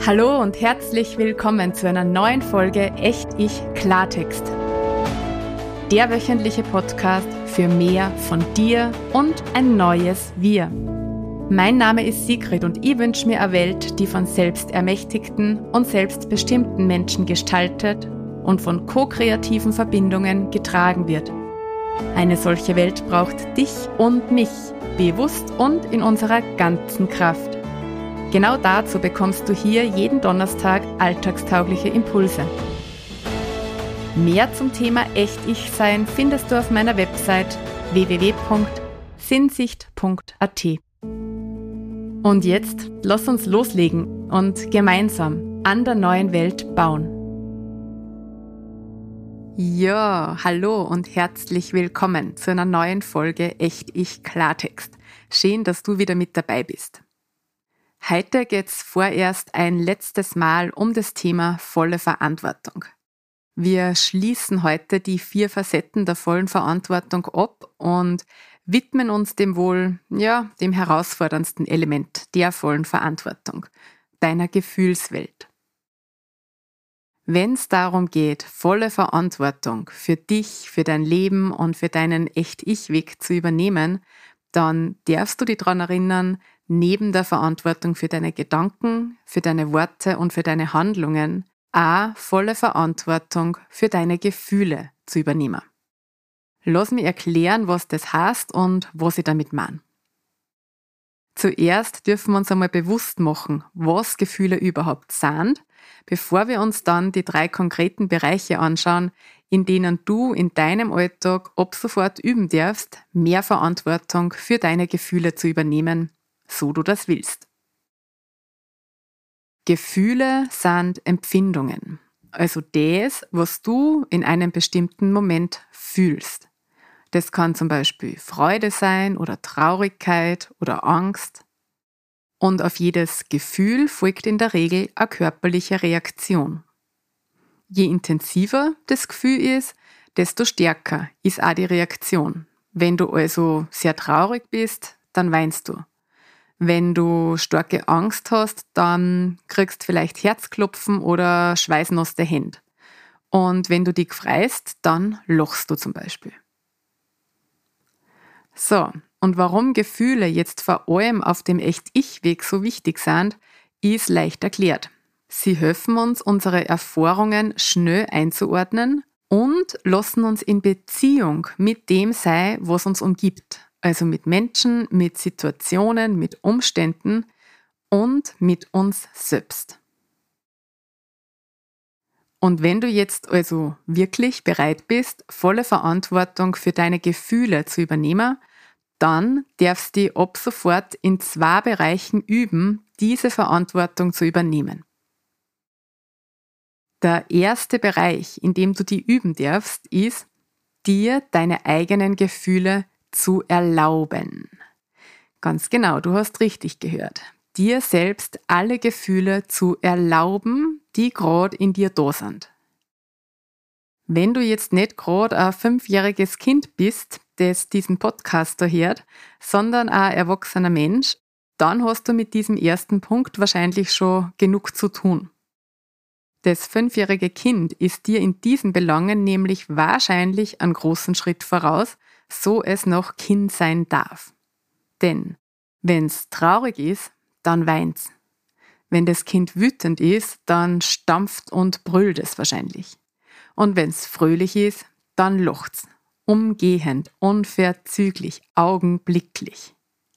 Hallo und herzlich willkommen zu einer neuen Folge Echt Ich Klartext. Der wöchentliche Podcast für mehr von dir und ein neues Wir. Mein Name ist Sigrid und ich wünsche mir eine Welt, die von selbstermächtigten und selbstbestimmten Menschen gestaltet und von ko-kreativen Verbindungen getragen wird. Eine solche Welt braucht dich und mich, bewusst und in unserer ganzen Kraft. Genau dazu bekommst du hier jeden Donnerstag alltagstaugliche Impulse. Mehr zum Thema Echt-Ich-Sein findest du auf meiner Website www.sinnsicht.at. Und jetzt lass uns loslegen und gemeinsam an der neuen Welt bauen. Ja, hallo und herzlich willkommen zu einer neuen Folge Echt-Ich Klartext. Schön, dass du wieder mit dabei bist. Heute geht's vorerst ein letztes Mal um das Thema volle Verantwortung. Wir schließen heute die 4 Facetten der vollen Verantwortung ab und widmen uns dem dem herausforderndsten Element der vollen Verantwortung, deiner Gefühlswelt. Wenn es darum geht, volle Verantwortung für dich, für dein Leben und für deinen Echt-Ich-Weg zu übernehmen, dann darfst du dich daran erinnern, neben der Verantwortung für deine Gedanken, für deine Worte und für deine Handlungen auch volle Verantwortung für deine Gefühle zu übernehmen. Lass mich erklären, was das heißt und was ich damit meine. Zuerst dürfen wir uns einmal bewusst machen, was Gefühle überhaupt sind, bevor wir uns dann die 3 konkreten Bereiche anschauen, in denen du in deinem Alltag ab sofort üben darfst, mehr Verantwortung für deine Gefühle zu übernehmen, so du das willst. Gefühle sind Empfindungen, also das, was du in einem bestimmten Moment fühlst. Das kann zum Beispiel Freude sein oder Traurigkeit oder Angst. Und auf jedes Gefühl folgt in der Regel eine körperliche Reaktion. Je intensiver das Gefühl ist, desto stärker ist auch die Reaktion. Wenn du also sehr traurig bist, dann weinst du. Wenn du starke Angst hast, dann kriegst du vielleicht Herzklopfen oder schweißnasse Hände. Und wenn du dich freust, dann lachst du zum Beispiel. So, und warum Gefühle jetzt vor allem auf dem Echt-Ich-Weg so wichtig sind, ist leicht erklärt. Sie helfen uns, unsere Erfahrungen schnell einzuordnen und lassen uns in Beziehung mit dem sein, was uns umgibt. Also mit Menschen, mit Situationen, mit Umständen und mit uns selbst. Und wenn du jetzt also wirklich bereit bist, volle Verantwortung für deine Gefühle zu übernehmen, dann darfst du ab sofort in 2 Bereichen üben, diese Verantwortung zu übernehmen. Der erste Bereich, in dem du die üben darfst, ist, dir deine eigenen Gefühle zu erlauben. Ganz genau, du hast richtig gehört. Dir selbst alle Gefühle zu erlauben, die gerade in dir da sind. Wenn du jetzt nicht gerade ein 5-jähriges Kind bist, das diesen Podcast da hört, sondern ein erwachsener Mensch, dann hast du mit diesem ersten Punkt wahrscheinlich schon genug zu tun. Das 5-jährige Kind ist dir in diesen Belangen nämlich wahrscheinlich einen großen Schritt voraus, so es noch Kind sein darf. Denn wenn's traurig ist, dann weint's. Wenn das Kind wütend ist, dann stampft und brüllt es wahrscheinlich. Und wenn's fröhlich ist, dann lacht's. Umgehend, unverzüglich, augenblicklich.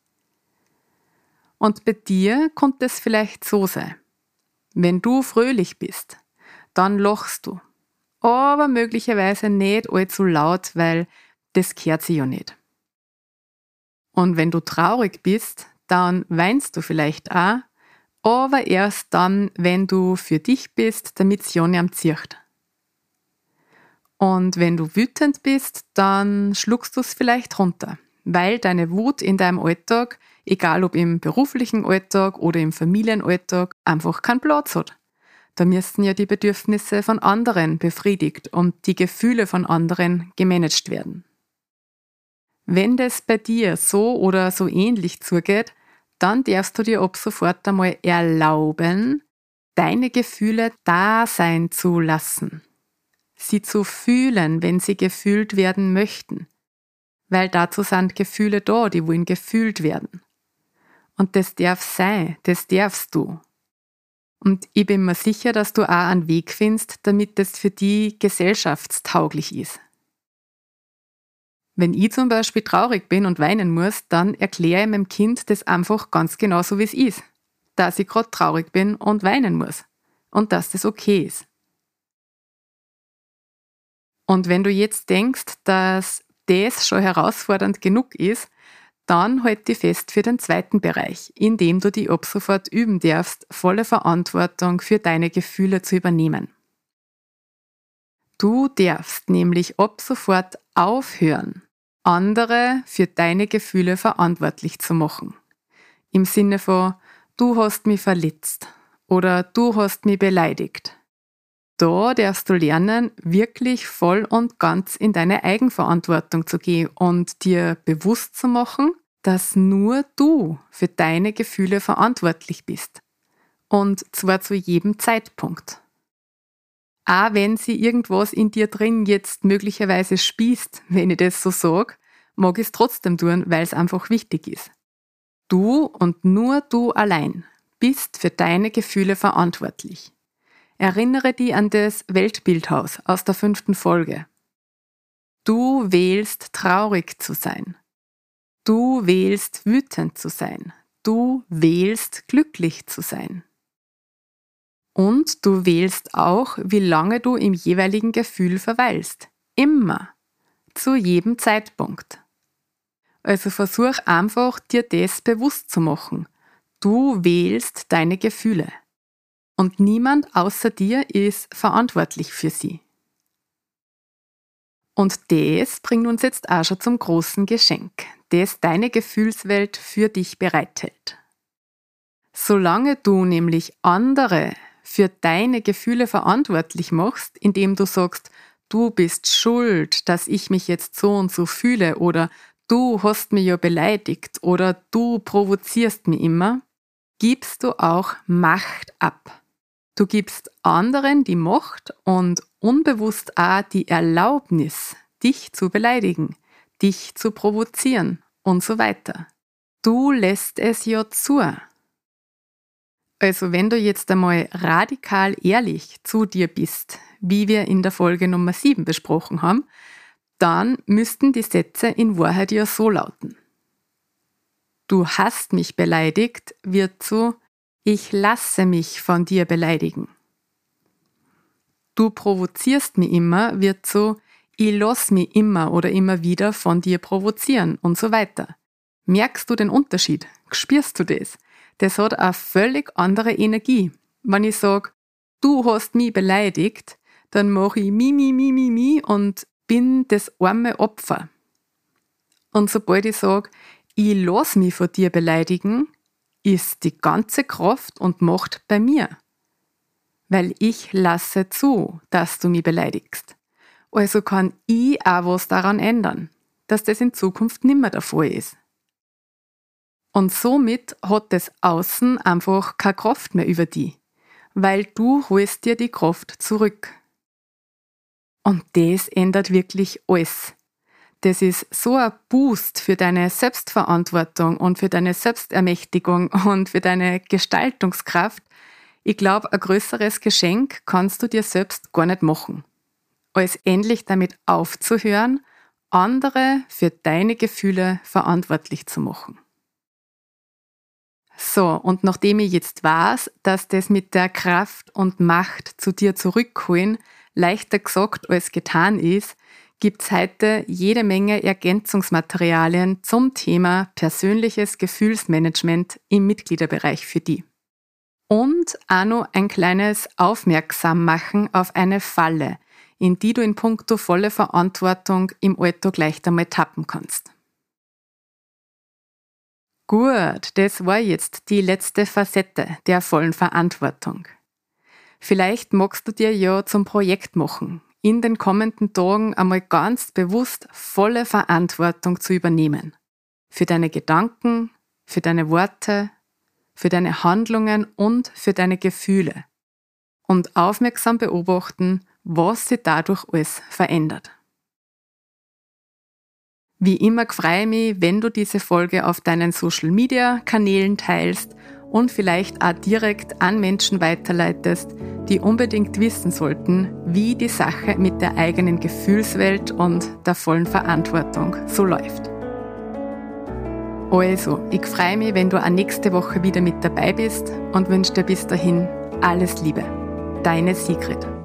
Und bei dir könnte es vielleicht so sein. Wenn du fröhlich bist, dann lachst du. Aber möglicherweise nicht allzu laut, weil das gehört sich ja nicht. Und wenn du traurig bist, dann weinst du vielleicht auch, aber erst dann, wenn du für dich bist, damit es ja niemand sieht. Und wenn du wütend bist, dann schluckst du es vielleicht runter, weil deine Wut in deinem Alltag, egal ob im beruflichen Alltag oder im Familienalltag, einfach keinen Platz hat. Da müssen ja die Bedürfnisse von anderen befriedigt und die Gefühle von anderen gemanagt werden. Wenn das bei dir so oder so ähnlich zugeht, dann darfst du dir ab sofort einmal erlauben, deine Gefühle da sein zu lassen. Sie zu fühlen, wenn sie gefühlt werden möchten. Weil dazu sind Gefühle da, die wollen gefühlt werden. Und das darf sein, das darfst du. Und ich bin mir sicher, dass du auch einen Weg findest, damit das für dich gesellschaftstauglich ist. Wenn ich zum Beispiel traurig bin und weinen muss, dann erkläre ich meinem Kind das einfach ganz genau so, wie es ist. Dass ich gerade traurig bin und weinen muss. Und dass das okay ist. Und wenn du jetzt denkst, dass das schon herausfordernd genug ist, dann halt dich fest für den zweiten Bereich, in dem du dich ab sofort üben darfst, volle Verantwortung für deine Gefühle zu übernehmen. Du darfst nämlich ab sofort aufhören, andere für deine Gefühle verantwortlich zu machen. Im Sinne von, du hast mich verletzt oder du hast mich beleidigt. Da darfst du lernen, wirklich voll und ganz in deine Eigenverantwortung zu gehen und dir bewusst zu machen, dass nur du für deine Gefühle verantwortlich bist. Und zwar zu jedem Zeitpunkt. Auch wenn sie irgendwas in dir drin jetzt möglicherweise spießt, wenn ich das so sage, mag ich es trotzdem tun, weil es einfach wichtig ist. Du und nur du allein bist für deine Gefühle verantwortlich. Erinnere dich an das Weltbildhaus aus der 5. Folge. Du wählst traurig zu sein. Du wählst wütend zu sein. Du wählst glücklich zu sein. Und du wählst auch, wie lange du im jeweiligen Gefühl verweilst. Immer. Zu jedem Zeitpunkt. Also versuch einfach, dir das bewusst zu machen. Du wählst deine Gefühle. Und niemand außer dir ist verantwortlich für sie. Und das bringt uns jetzt auch schon zum großen Geschenk, das deine Gefühlswelt für dich bereithält. Solange du nämlich andere für deine Gefühle verantwortlich machst, indem du sagst, du bist schuld, dass ich mich jetzt so und so fühle oder du hast mich ja beleidigt oder du provozierst mich immer, gibst du auch Macht ab. Du gibst anderen die Macht und unbewusst auch die Erlaubnis, dich zu beleidigen, dich zu provozieren und so weiter. Du lässt es ja zu. Also wenn du jetzt einmal radikal ehrlich zu dir bist, wie wir in der Folge Nummer 7 besprochen haben, dann müssten die Sätze in Wahrheit ja so lauten. Du hast mich beleidigt wird zu Ich lasse mich von dir beleidigen. Du provozierst mich immer wird zu Ich lass mich immer oder immer wieder von dir provozieren und so weiter. Merkst du den Unterschied? Spürst du das? Das hat eine völlig andere Energie. Wenn ich sage, du hast mich beleidigt, dann mache ich mi und bin das arme Opfer. Und sobald ich sage, ich lass mich von dir beleidigen, ist die ganze Kraft und Macht bei mir. Weil ich lasse zu, dass du mich beleidigst. Also kann ich auch was daran ändern, dass das in Zukunft nimmer der Fall ist. Und somit hat das Außen einfach keine Kraft mehr über dich, weil du holst dir die Kraft zurück. Und das ändert wirklich alles. Das ist so ein Boost für deine Selbstverantwortung und für deine Selbstermächtigung und für deine Gestaltungskraft. Ich glaube, ein größeres Geschenk kannst du dir selbst gar nicht machen, als endlich damit aufzuhören, andere für deine Gefühle verantwortlich zu machen. So, und nachdem ich jetzt weiß, dass das mit der Kraft und Macht zu dir zurückholen leichter gesagt als getan ist, gibt's heute jede Menge Ergänzungsmaterialien zum Thema persönliches Gefühlsmanagement im Mitgliederbereich für die. Und auch noch ein kleines Aufmerksammachen auf eine Falle, in die du in puncto volle Verantwortung im Alltag leicht einmal tappen kannst. Gut, das war jetzt die letzte Facette der vollen Verantwortung. Vielleicht magst du dir ja zum Projekt machen, in den kommenden Tagen einmal ganz bewusst volle Verantwortung zu übernehmen. Für deine Gedanken, für deine Worte, für deine Handlungen und für deine Gefühle. und aufmerksam beobachten, was sich dadurch alles verändert. Wie immer freue ich mich, wenn du diese Folge auf deinen Social-Media-Kanälen teilst und vielleicht auch direkt an Menschen weiterleitest, die unbedingt wissen sollten, wie die Sache mit der eigenen Gefühlswelt und der vollen Verantwortung so läuft. Also, ich freue mich, wenn du auch nächste Woche wieder mit dabei bist und wünsche dir bis dahin alles Liebe. Deine Sigrid.